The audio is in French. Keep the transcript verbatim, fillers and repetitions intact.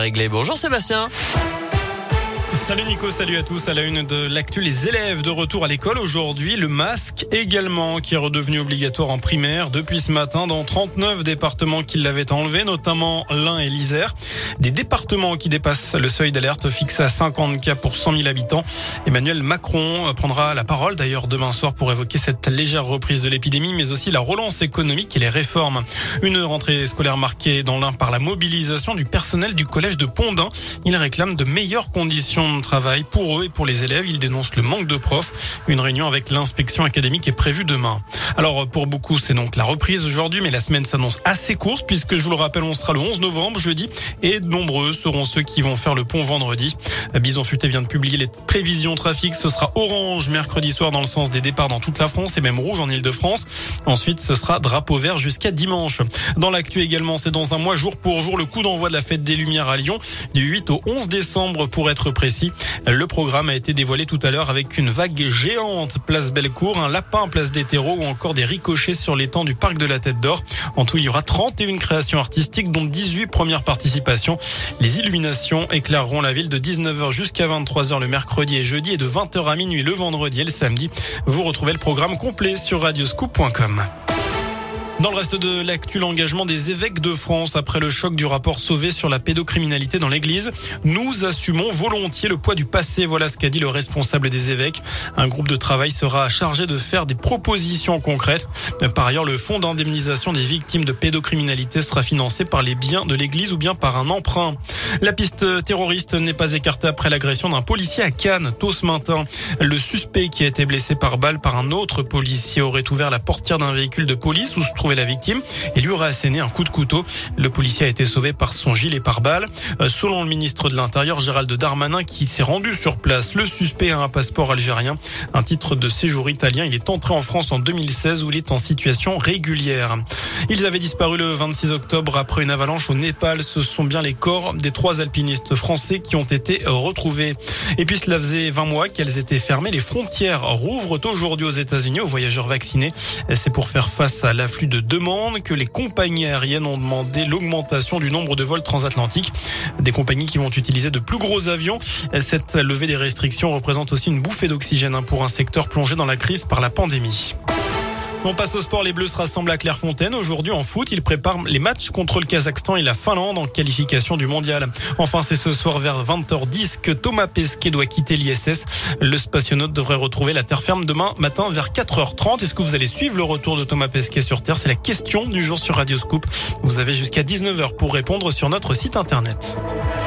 réglé. Bonjour Sébastien. Salut Nico, salut à tous. À la une de l'actu, les élèves de retour à l'école aujourd'hui. Le masque également qui est redevenu obligatoire en primaire depuis ce matin dans trente-neuf départements qui l'avaient enlevé, notamment l'Ain et l'Isère. Des départements qui dépassent le seuil d'alerte fixé à cinquante cas pour cent mille habitants. Emmanuel Macron prendra la parole d'ailleurs demain soir pour évoquer cette légère reprise de l'épidémie, mais aussi la relance économique et les réformes. Une rentrée scolaire marquée dans l'Ain par la mobilisation du personnel du collège de Pondin. Il réclame de meilleures conditions de travail pour eux et pour les élèves. Ils dénoncent le manque de profs. Une réunion avec l'inspection académique est prévue demain. Alors pour beaucoup, c'est donc la reprise aujourd'hui, mais la semaine s'annonce assez courte puisque je vous le rappelle, on sera le onze novembre, jeudi, et nombreux seront ceux qui vont faire le pont vendredi. Bison Futé vient de publier les prévisions trafic. Ce sera orange mercredi soir dans le sens des départs dans toute la France et même rouge en Ile-de-France. Ensuite, ce sera drapeau vert jusqu'à dimanche. Dans l'actu également, c'est dans un mois jour pour jour le coup d'envoi de la fête des Lumières à Lyon du huit au onze décembre pour être précis. Le programme a été dévoilé tout à l'heure avec une vague géante place Bellecour, un lapin place des terreaux ou encore des ricochets sur l'étang du parc de la Tête d'Or. En tout, il y aura trente et une créations artistiques dont dix-huit premières participations. Les illuminations éclaireront la ville de dix-neuf heures jusqu'à vingt-trois heures le mercredi et jeudi et de vingt heures à minuit le vendredi et le samedi. Vous retrouvez le programme complet sur radioscoop point com. Dans le reste de l'actu, l'engagement des évêques de France après le choc du rapport Sauvé sur la pédocriminalité dans l'église. Nous assumons volontiers le poids du passé. Voilà ce qu'a dit le responsable des évêques. Un groupe de travail sera chargé de faire des propositions concrètes. Par ailleurs, le fonds d'indemnisation des victimes de pédocriminalité sera financé par les biens de l'église ou bien par un emprunt. La piste terroriste n'est pas écartée après l'agression d'un policier à Cannes, tôt ce matin. Le suspect qui a été blessé par balle par un autre policier aurait ouvert la portière d'un véhicule de police où se trouvait la victime et lui aurait asséné un coup de couteau. Le policier a été sauvé par son gilet pare-balles. Selon le ministre de l'Intérieur, Gérald Darmanin, qui s'est rendu sur place, le suspect a un passeport algérien, un titre de séjour italien. Il est entré en France en deux mille seize où il est en situation régulière. Ils avaient disparu le vingt-six octobre après une avalanche au Népal. Ce sont bien les corps des trois alpinistes français qui ont été retrouvés. Et puis cela faisait vingt mois qu'elles étaient fermées. Les frontières rouvrent aujourd'hui aux États-Unis aux voyageurs vaccinés. C'est pour faire face à l'afflux de demandes que les compagnies aériennes ont demandé l'augmentation du nombre de vols transatlantiques. Des compagnies qui vont utiliser de plus gros avions. Cette levée des restrictions représente aussi une bouffée d'oxygène pour un secteur plongé dans la crise par la pandémie. On passe au sport, les Bleus se rassemblent à Clairefontaine. Aujourd'hui en foot, ils préparent les matchs contre le Kazakhstan et la Finlande en qualification du mondial. Enfin, c'est ce soir vers vingt heures dix que Thomas Pesquet doit quitter l'I S S. Le spationaute devrait retrouver la terre ferme demain matin vers quatre heures trente. Est-ce que vous allez suivre le retour de Thomas Pesquet sur terre? C'est la question du jour sur Radioscoop. Vous avez jusqu'à dix-neuf heures pour répondre sur notre site internet.